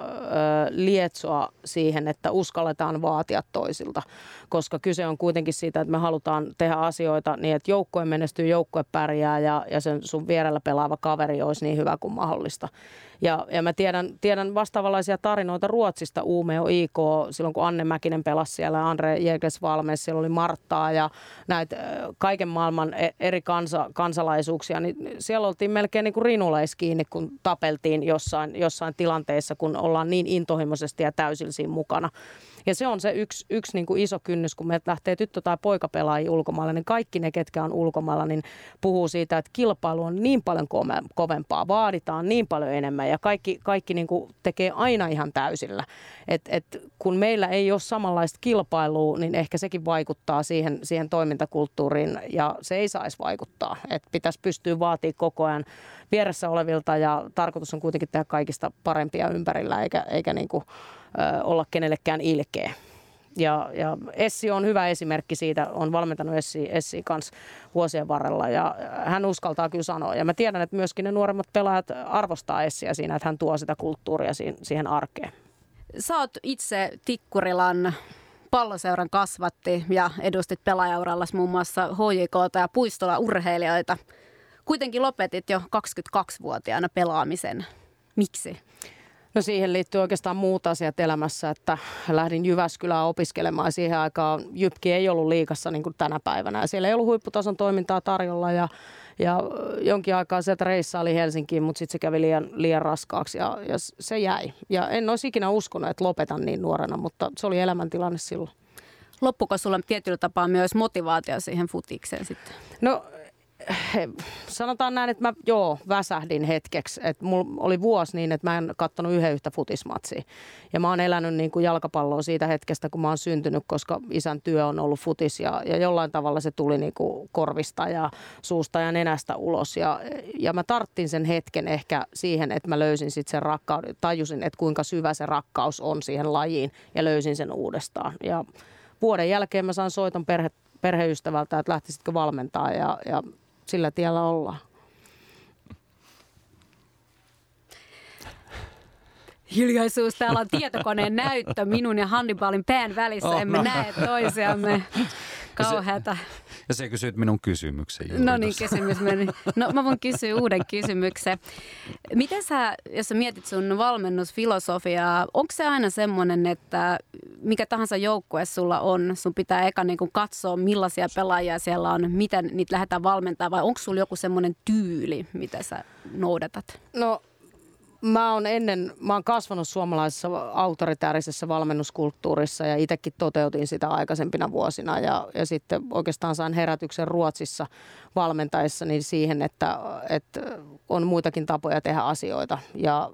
Speaker 3: lietsoa siihen, että uskalletaan vaatia toisilta, koska kyse on kuitenkin siitä, että me halutaan tehdä asioita niin, että joukkue menestyy, joukkue pärjää ja sen sun vierellä pelaava kaveri olisi niin hyvä kuin mahdollista. Ja mä tiedän vastaavanlaisia tarinoita Ruotsista, Umeå IK, silloin kun Anne Mäkinen pelasi siellä, Andre Jägers Valmes, siellä oli Marttaa ja näitä kaiken maailman eri kansalaisuuksia, niin siellä oltiin melkein niin kuin rinulais kiinni, kun tapeltiin jossain tilanteessa, kun ollaan niin intohimoisesti ja täysillä siinä mukana. Ja se on se yksi niin kuin iso kynnys, kun meiltä lähtee tyttö- tai poikapelaajia ulkomailla, niin kaikki ne, ketkä on ulkomailla, niin puhuu siitä, että kilpailu on niin paljon kovempaa, vaaditaan niin paljon enemmän ja kaikki niin kuin tekee aina ihan täysillä. Et kun meillä ei ole samanlaista kilpailua, niin ehkä sekin vaikuttaa siihen toimintakulttuuriin ja se ei saisi vaikuttaa. Et pitäisi pystyä vaatimaan koko ajan vieressä olevilta ja tarkoitus on kuitenkin tehdä kaikista parempia ympärillä eikä niin kuin olla kenellekään ilkeä. Ja Essi on hyvä esimerkki siitä, on valmentanut Essi kanssa vuosien varrella ja hän uskaltaa kyllä sanoa. Ja mä tiedän, että myöskin ne nuoremmat pelaajat arvostaa Essiä siinä, että hän tuo sitä kulttuuria siihen arkeen.
Speaker 2: Sä oot itse Tikkurilan palloseuran kasvatti ja edustit pelaajaurallasi muun muassa HJK:ta ja Puistola urheilijoita. Kuitenkin lopetit jo 22-vuotiaana pelaamisen. Miksi?
Speaker 3: No siihen liittyy oikeastaan muut asiat elämässä, että lähdin Jyväskylään opiskelemaan. Siihen aikaan Jypki ei ollut liigassa niin kuin tänä päivänä. Ja siellä ei ollut huipputason toimintaa tarjolla ja jonkin aikaa sieltä reissaili Helsinkiin, mutta sitten se kävi liian raskaaksi ja se jäi. Ja en olisi ikinä uskonut, että lopetan niin nuorena, mutta se oli elämäntilanne silloin.
Speaker 2: Loppuko sulla tietyllä tapaa myös motivaatio siihen futikseen sitten?
Speaker 3: No sanotaan näin, että mä väsähdin hetkeksi. Että mulla oli vuosi niin, että mä en katsonut yhtä futismatsia. Ja mä oon elänyt niin kuin jalkapalloa siitä hetkestä, kun mä oon syntynyt, koska isän työ on ollut futis. Ja jollain tavalla se tuli niin kuin korvista ja suusta ja nenästä ulos. Ja mä tarttin sen hetken ehkä siihen, että mä löysin sitten sen rakkauden. Tajusin, että kuinka syvä se rakkaus on siihen lajiin ja löysin sen uudestaan. Ja vuoden jälkeen mä sain soiton perheystävältä, että lähtisitkö valmentaa ja sillä tiellä ollaan.
Speaker 2: Hiljaisuus, täällä on tietokoneen näyttö minun ja Hannibalin pään välissä. Emme näe toisiamme. Kauheata.
Speaker 4: Ja se kysyit minun kysymyksen.
Speaker 2: No niin, kysymys meni. No mä voin kysyä uuden kysymyksen. Miten sä, jos sä mietit sun valmennusfilosofiaa, onko se aina semmoinen, että mikä tahansa joukkue sulla on, sun pitää eka niin kuin katsoa millaisia pelaajia siellä on, miten niitä lähdetään valmentamaan vai onko sulla joku semmoinen tyyli, mitä sä noudatat?
Speaker 3: No mä oon kasvanut suomalaisessa autoritäärisessä valmennuskulttuurissa ja itsekin toteutin sitä aikaisempina vuosina ja sitten oikeastaan sain herätyksen Ruotsissa valmentaessani siihen, että on muitakin tapoja tehdä asioita ja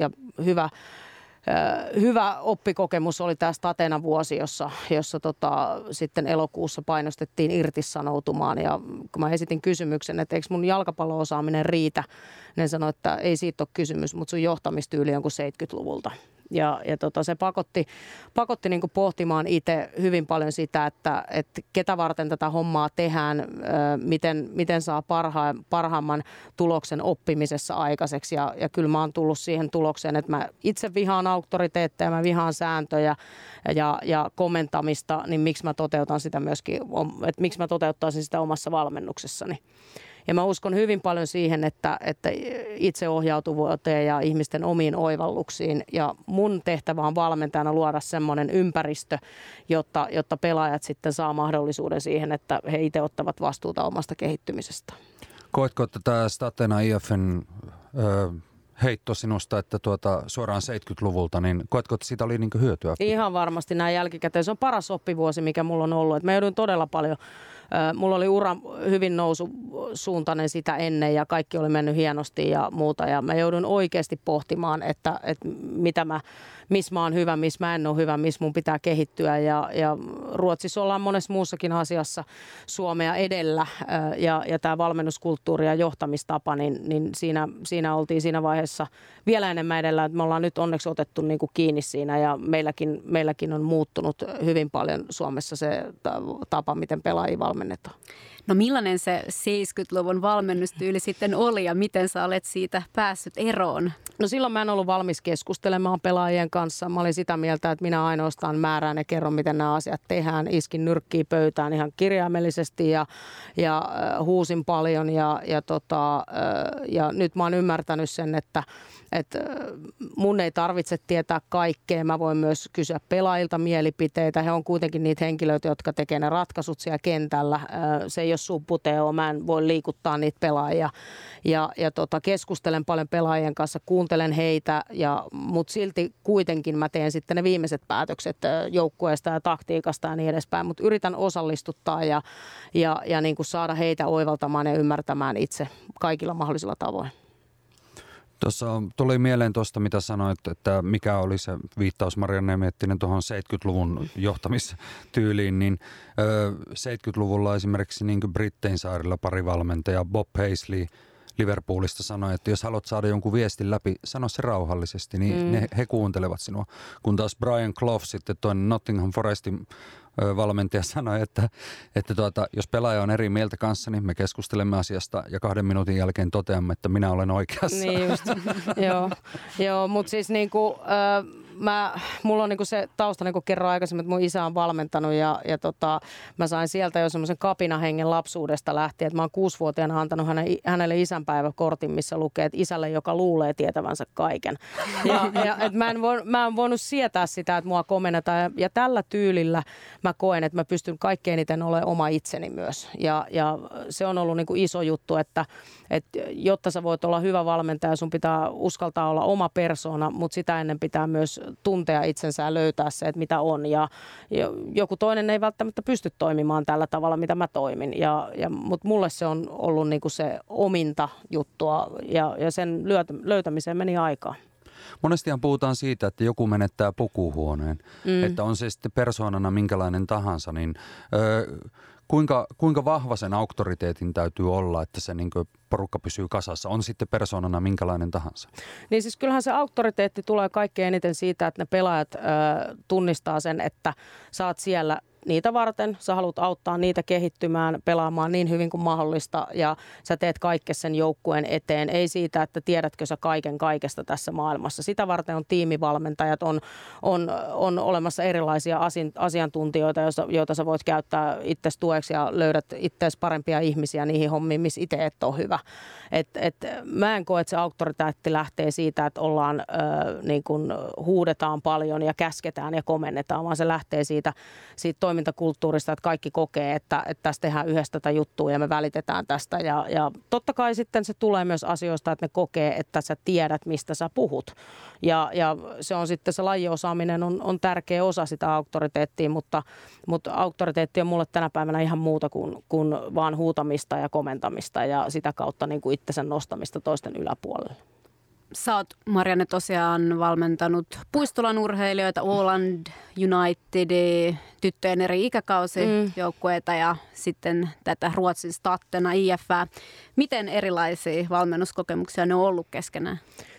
Speaker 3: hyvä oppikokemus oli tämä Statenan vuosi, jossa sitten elokuussa painostettiin irtisanoutumaan ja kun mä esitin kysymyksen, että eikö mun jalkapallo-osaaminen riitä, ne sanoi, että ei siitä ole kysymys, mutta sun johtamistyyli on kuin 70-luvulta. Ja se pakotti niin kuin pohtimaan itse hyvin paljon sitä, että ketä varten tätä hommaa tehdään, miten saa parhaimman tuloksen oppimisessa aikaiseksi. Ja kyllä mä oon tullut siihen tulokseen, että mä itse vihaan auktoriteetteja, mä vihaan sääntöjä ja komentamista, niin miksi mä toteutan sitä myöskin, että miksi mä toteuttaisin sitä omassa valmennuksessani. Ja mä uskon hyvin paljon siihen, että itseohjautuvuuteen ja ihmisten omiin oivalluksiin. Ja mun tehtävä on valmentajana luoda semmoinen ympäristö, jotta pelaajat sitten saa mahdollisuuden siihen, että he itse ottavat vastuuta omasta kehittymisestä.
Speaker 4: Koetko, että tämä Statena IF:n heitto sinusta, että suoraan 70-luvulta, niin koetko, että siitä oli niin kuin hyötyä?
Speaker 3: Ihan varmasti näin jälkikäteen. Se on paras oppivuosi, mikä mulla on ollut. Mä joudun todella paljon. Mulla oli ura hyvin noususuuntainen sitä ennen ja kaikki oli mennyt hienosti ja muuta. Ja mä joudun oikeasti pohtimaan, että missä mä oon hyvä, missä mä en ole hyvä, missä mun pitää kehittyä. Ja Ruotsissa ollaan monessa muussakin asiassa Suomea edellä ja tämä valmennuskulttuuri ja johtamistapa, niin siinä oltiin siinä vaiheessa vielä enemmän edellä. Että me ollaan nyt onneksi otettu niin kuin kiinni siinä ja meilläkin on muuttunut hyvin paljon Suomessa se tapa, miten pelaajia valmennetaan.
Speaker 2: No millainen se 70-luvun valmennustyyli sitten oli ja miten sä olet siitä päässyt eroon?
Speaker 3: No silloin mä en ollut valmis keskustelemaan pelaajien kanssa. Mä olin sitä mieltä, että minä ainoastaan määrään ja kerron, miten nämä asiat tehdään. Iskin nyrkkiä pöytään ihan kirjaimellisesti ja huusin paljon ja nyt mä oon ymmärtänyt sen, että mun ei tarvitse tietää kaikkea. Mä voin myös kysyä pelaajilta mielipiteitä. He on kuitenkin niitä henkilöitä, jotka tekee ne ratkaisut siellä kentällä. Se ei ole supputeo. Mä en voi liikuttaa niitä pelaajia. Keskustelen paljon pelaajien kanssa, kuuntelen heitä, mutta silti kuitenkin mä teen sitten ne viimeiset päätökset joukkueesta ja taktiikasta ja niin edespäin. Mutta yritän osallistuttaa ja niin kuin saada heitä oivaltamaan ja ymmärtämään itse kaikilla mahdollisilla tavoin.
Speaker 4: Tuossa tuli mieleen tuosta, mitä sanoit, että mikä oli se viittaus Marianne Miettinen tuohon 70-luvun johtamistyyliin, niin 70-luvulla esimerkiksi niin kuin Brittein saarilla parivalmentaja Bob Paisley Liverpoolista sanoi, että jos haluat saada jonkun viestin läpi, sano se rauhallisesti, niin he kuuntelevat sinua. Kun taas Brian Clough sitten toinen Nottingham Forestin valmentaja sanoi, että jos pelaaja on eri mieltä kanssa, niin me keskustelemme asiasta ja 2 minuutin jälkeen toteamme, että minä olen oikeassa.
Speaker 3: Niin just, joo, mutta siis niinku, mulla on niinku se tausta, niin kuin kerroin aikaisemmin, että mun isä on valmentanut ja mä sain sieltä jo semmoisen kapinahengen lapsuudesta lähtien, että mä oon 6-vuotiaana antanut hänelle isänpäiväkortin, missä lukee, että isälle, joka luulee tietävänsä kaiken. Ja et mä en voinut sietää sitä, että mua komennetaan ja tällä tyylillä mä koen, että mä pystyn kaikkein eniten olemaan oma itseni myös. Ja se on ollut niinku iso juttu, että jotta sä voit olla hyvä valmentaja, sun pitää uskaltaa olla oma persoona, mutta sitä ennen pitää myös tuntea itsensä ja löytää se, että mitä on. Ja joku toinen ei välttämättä pysty toimimaan tällä tavalla, mitä mä toimin. Mutta mulle se on ollut niinku se ominta juttua ja sen löytämiseen meni aikaa.
Speaker 4: Monestihan puhutaan siitä, että joku menettää pukuhuoneen, että on se sitten persoonana minkälainen tahansa, niin kuinka vahva sen auktoriteetin täytyy olla, että se niin kuin porukka pysyy kasassa, on sitten persoonana minkälainen tahansa? Niin
Speaker 3: siis kyllähän se auktoriteetti tulee kaikkein eniten siitä, että ne pelaajat tunnistaa sen, että sä oot siellä niitä varten, sä haluat auttaa niitä kehittymään, pelaamaan niin hyvin kuin mahdollista ja sä teet kaiken sen joukkueen eteen. Ei siitä, että tiedätkö sä kaiken kaikesta tässä maailmassa. Sitä varten on tiimivalmentajat, on olemassa erilaisia asiantuntijoita, joita sä voit käyttää itsesi tueksi ja löydät itseäsi parempia ihmisiä niihin hommiin, missä itse et ole hyvä. Mä en koe, että se auktoriteetti lähtee siitä, että ollaan niin kuin huudetaan paljon ja käsketään ja komennetaan, vaan se lähtee siitä toimintakulttuurista, että kaikki kokee, että tässä tehdään yhdessä tätä juttua ja me välitetään tästä. Ja totta kai sitten se tulee myös asioista, että ne kokee, että sä tiedät, mistä sä puhut. Ja se on sitten se lajiosaaminen on tärkeä osa sitä auktoriteettia, mutta auktoriteetti on mulle tänä päivänä ihan muuta kuin vaan huutamista ja komentamista ja sitä kautta niin kuin itsensä nostamista toisten yläpuolelle.
Speaker 2: Sä oot, Marianne, tosiaan valmentanut Puistolan urheilijoita, Åland United, tyttöjen eri ikäkausijoukkueita ja sitten tätä Ruotsin Statena IF:ää. Miten erilaisia valmennuskokemuksia ne on ollut keskenään?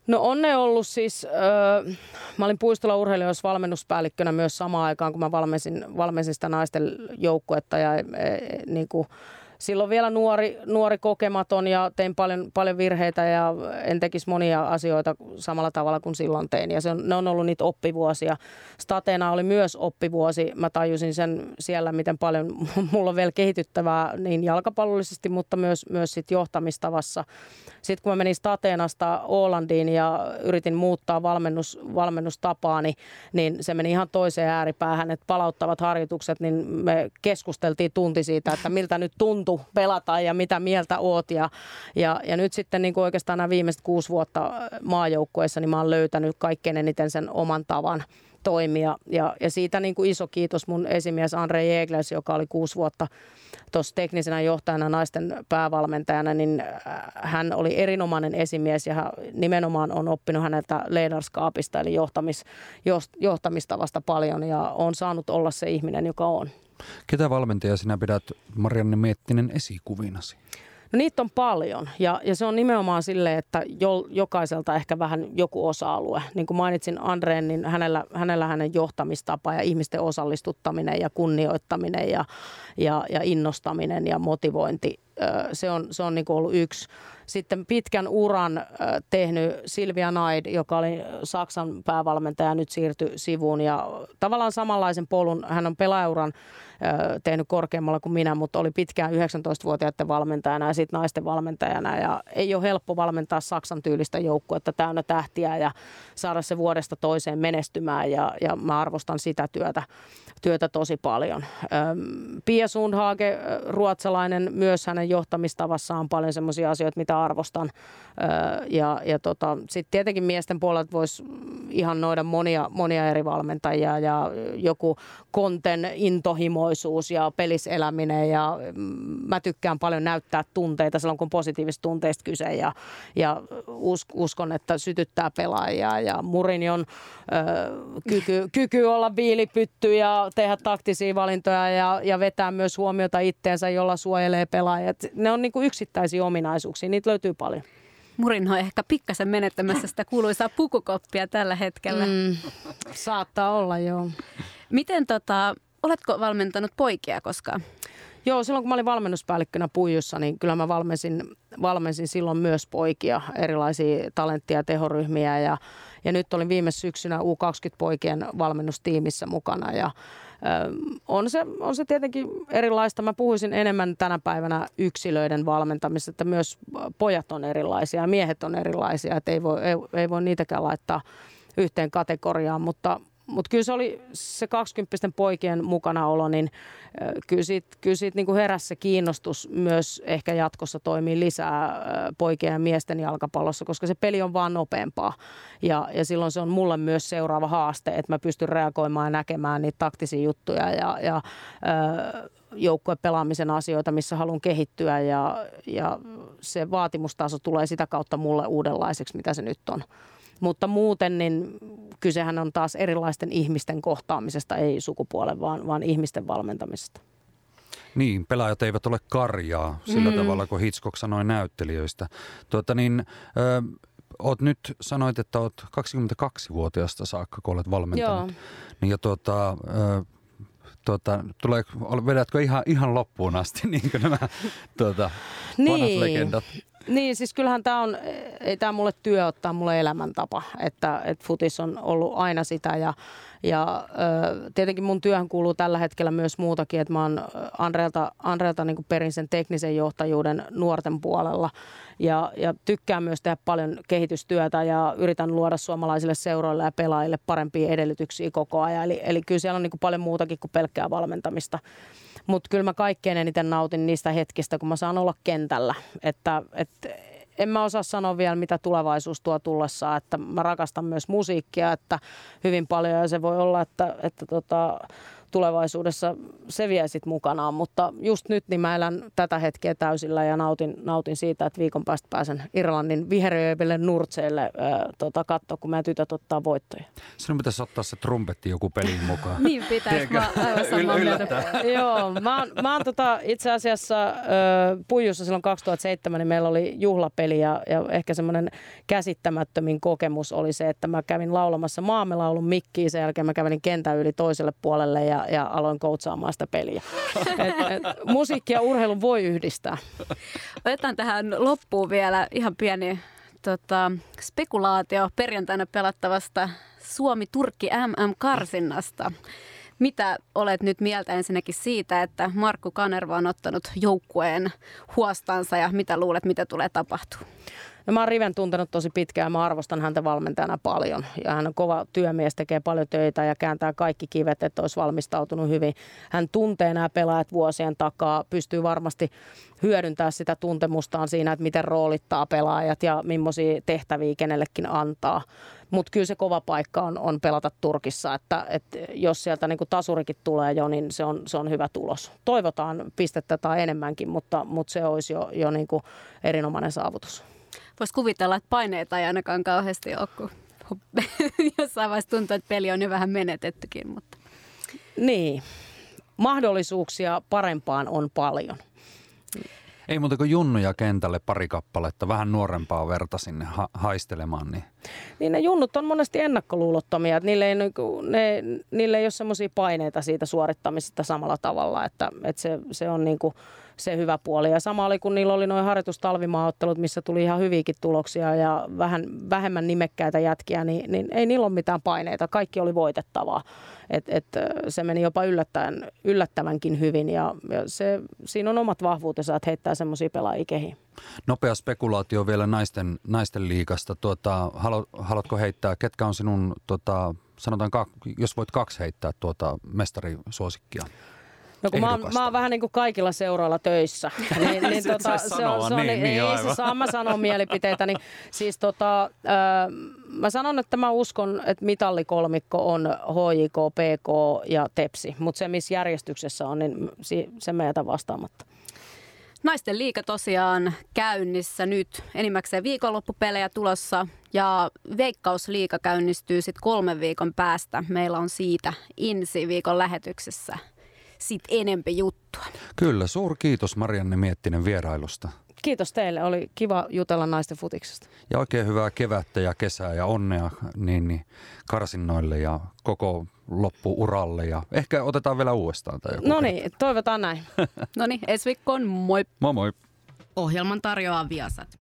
Speaker 3: No on ne ollut siis, mä olin Puistola urheilijoissa valmennuspäällikkönä myös samaan aikaan, kun mä valmensin sitä naisten joukkuetta ja niin kuin, silloin vielä nuori kokematon ja tein paljon virheitä ja en tekisi monia asioita samalla tavalla kuin silloin tein. Ja ne on ollut niitä oppivuosia. Stateena oli myös oppivuosi. Mä tajusin sen siellä, miten paljon mulla on vielä kehityttävää niin jalkapallollisesti, mutta myös sit johtamistavassa. Sitten kun mä menin Stateenasta Ålandiin ja yritin muuttaa valmennustapaani, niin se meni ihan toiseen ääripäähän, että palauttavat harjoitukset, niin me keskusteltiin tunti siitä, että miltä nyt tuntui pelata ja mitä mieltä oot. Ja nyt sitten niin kuin oikeastaan nämä viimeiset 6 vuotta maajoukkueessa, niin mä oon löytänyt kaikkein eniten sen oman tavan toimia. Ja siitä niin kuin iso kiitos mun esimies Andre Jäglers, joka oli 6 vuotta tuossa teknisenä johtajana naisten päävalmentajana, niin hän oli erinomainen esimies ja nimenomaan on oppinut häneltä leaderskapista eli johtamistavasta paljon ja on saanut olla se ihminen, joka on.
Speaker 4: Ketä valmentaja sinä pidät, Marianne Miettinen, esikuvinasi?
Speaker 3: No niitä on paljon ja se on nimenomaan silleen, että jokaiselta ehkä vähän joku osa-alue. Niin kuin mainitsin Andreen, niin hänellä hänen johtamistapa ja ihmisten osallistuttaminen ja kunnioittaminen ja innostaminen ja motivointi. Se on niin kuin ollut yksi. Sitten pitkän uran tehnyt Silvia Naid, joka oli Saksan päävalmentaja, nyt siirtyi sivuun ja tavallaan samanlaisen polun. Hän on pelaajauran tehnyt korkeammalla kuin minä, mutta oli pitkään 19-vuotiaiden valmentajana ja sitten naisten valmentajana. Ja ei ole helppo valmentaa Saksan tyylistä joukkuetta täynnä tähtiä ja saada se vuodesta toiseen menestymään ja mä arvostan sitä työtä tosi paljon. Pia Sundhage, ruotsalainen, myös hänen johtamistavassaan on paljon semmoisia asioita, mitä arvostan. Sitten tietenkin miesten puolelta voisi ihannoida monia eri valmentajia ja joku konten intohimoisuus ja peliseläminen ja mä tykkään paljon näyttää tunteita silloin, kun on positiivisista tunteista kyse ja uskon, että sytyttää pelaajia ja Mourinhon kyky olla viilipytty ja tehdä taktisia valintoja ja vetää myös huomiota itteensä, jolla suojelee pelaajat. Ne on niin kuin yksittäisiä ominaisuuksia, niitä löytyy paljon.
Speaker 2: Mourinho on ehkä pikkasen menettämässä sitä kuuluisaa pukukoppia tällä hetkellä.
Speaker 3: Saattaa olla, joo.
Speaker 2: Miten oletko valmentanut poikia koskaan?
Speaker 3: Joo, silloin kun mä olin valmennuspäällikkönä Puijussa, niin kyllä mä valmensin silloin myös poikia, erilaisia talenttia ja tehoryhmiä ja nyt olin viime syksynä U20-poikien valmennustiimissä mukana ja on se tietenkin erilaista. Mä puhuisin enemmän tänä päivänä yksilöiden valmentamisesta, että myös pojat on erilaisia ja miehet on erilaisia, että ei voi niitäkään laittaa yhteen kategoriaan, mutta kyllä se oli se 20 poikien mukanaolo, niin kyllä siitä niin kuin heräsi se kiinnostus myös ehkä jatkossa toimii lisää poikien ja miesten jalkapallossa, koska se peli on vaan nopeampaa. Ja silloin se on mulle myös seuraava haaste, että mä pystyn reagoimaan ja näkemään niitä taktisia juttuja ja joukkuepelaamisen asioita, missä haluan kehittyä ja se vaatimustaso tulee sitä kautta mulle uudenlaiseksi, mitä se nyt on. Mutta muuten niin kysehän on taas erilaisten ihmisten kohtaamisesta, ei sukupuolen, vaan ihmisten valmentamisesta.
Speaker 4: Niin, pelaajat eivät ole karjaa sillä tavalla, kun Hitchcock sanoi näyttelijöistä. Sanoit, että olet 22-vuotiaasta saakka, kun olet valmentanut.
Speaker 3: Joo.
Speaker 4: Niin ja vedätkö ihan loppuun asti niin kuin nämä vanhat legendat?
Speaker 3: Niin, siis kyllähän ei tämä mulle työ ottaa mulle elämäntapa, että futis on ollut aina sitä ja tietenkin mun työhön kuuluu tällä hetkellä myös muutakin, että mä oon Andreelta niin kuin perin sen teknisen johtajuuden nuorten puolella ja tykkään myös tehdä paljon kehitystyötä ja yritän luoda suomalaisille seuroille ja pelaajille parempia edellytyksiä koko ajan, eli kyllä siellä on niin kuin paljon muutakin kuin pelkkää valmentamista. Mutta kyllä mä kaikkein eniten nautin niistä hetkistä, kun mä saan olla kentällä. Että en mä osaa sanoa vielä, mitä tulevaisuus tuo tullessaan. Että mä rakastan myös musiikkia, että hyvin paljon. Ja se voi olla, että tulevaisuudessa se vie sit mukanaan, mutta just nyt niin mä elän tätä hetkeä täysillä ja nautin siitä, että viikon päästä pääsen Irlannin vihreille nurtseille katsoa, kun meidän tytöt ottaa voittoja.
Speaker 4: Sinun pitäisi ottaa se trumpetti joku peliin mukaan.
Speaker 2: Niin pitäisi, mä aivan samaa mieltä.
Speaker 3: Joo, mä oon itse asiassa Puijussa silloin 2007, niin meillä oli juhlapeli ja ehkä semmoinen käsittämättömin kokemus oli se, että mä kävin laulamassa Maamme laulun mikkiin, sen jälkeen mä kävelin kentän yli toiselle puolelle ja aloin koutsaamaan sitä peliä. Musiikki ja urheilu voi yhdistää.
Speaker 2: Otetaan tähän loppuun vielä ihan pieni spekulaatio perjantaina pelattavasta Suomi-Turkki MM-karsinnasta. Mitä olet nyt mieltä ensinnäkin siitä, että Markku Kanerva on ottanut joukkueen huostansa ja mitä luulet, mitä tulee tapahtumaan?
Speaker 3: No mä oon Riven tuntenut tosi pitkään ja mä arvostan häntä valmentajana paljon. Ja hän on kova työmies, tekee paljon töitä ja kääntää kaikki kivet, että olisi valmistautunut hyvin. Hän tuntee nämä pelaajat vuosien takaa, pystyy varmasti hyödyntämään sitä tuntemustaan siinä, että miten roolittaa pelaajat ja millaisia tehtäviä kenellekin antaa. Mutta kyllä se kova paikka on pelata Turkissa, että jos sieltä niinku tasurikin tulee jo, niin se on hyvä tulos. Toivotaan pistettä tai enemmänkin, mutta se olisi jo niinku erinomainen saavutus.
Speaker 2: Voisi kuvitella, että paineita ei ainakaan kauheasti ole, kun jossain vaiheessa tuntuu, että peli on jo vähän menetettykin. Mutta.
Speaker 3: Niin, mahdollisuuksia parempaan on paljon.
Speaker 4: Ei muuta kuin junnuja kentälle pari kappaletta, vähän nuorempaa verta sinne haistelemaan.
Speaker 3: Niin ne junnut on monesti ennakkoluulottomia, että niille ei ole semmoisia paineita siitä suorittamisesta samalla tavalla, että se on niinku se hyvä puoli. Ja sama oli, kun niillä oli noin harjoitustalvimaaottelut, missä tuli ihan hyviäkin tuloksia ja vähemmän nimekkäitä jätkiä, niin ei niillä ole mitään paineita. Kaikki oli voitettavaa. Se meni jopa yllättävänkin hyvin ja siinä on omat vahvuutensa, että heittää semmoisia pelaajia kehiin.
Speaker 4: Nopea spekulaatio vielä naisten liigasta. Haluatko heittää, ketkä on sinun, sanotaan, jos voit 2 heittää mestarisuosikkia?
Speaker 3: No kun mä oon vähän niin kuin kaikilla seuroilla töissä, mä sanon mielipiteitä, siis mä sanon, että mä uskon, että mitallikolmikko on HJK, PK ja Tepsi, mutta se missä järjestyksessä on, niin se me jätän vastaamatta.
Speaker 2: Naisten liiga tosiaan käynnissä nyt, enimmäkseen viikonloppupelejä tulossa ja Veikkausliiga käynnistyy sitten 3 viikon päästä. Meillä on siitä ensi viikon lähetyksessä sitten enempi juttua.
Speaker 4: Kyllä, suuri kiitos Marianne Miettinen vierailusta.
Speaker 3: Kiitos teille, oli kiva jutella naisten futiksesta.
Speaker 4: Ja oikein hyvää kevättä ja kesää ja onnea niin karsinnoille ja koko loppuuralle ja ehkä otetaan vielä uudestaan.
Speaker 3: No niin, toivotaan näin.
Speaker 2: No niin, ensi viikkoon, moi.
Speaker 4: Moi moi.
Speaker 1: Ohjelman tarjoaa Viasat.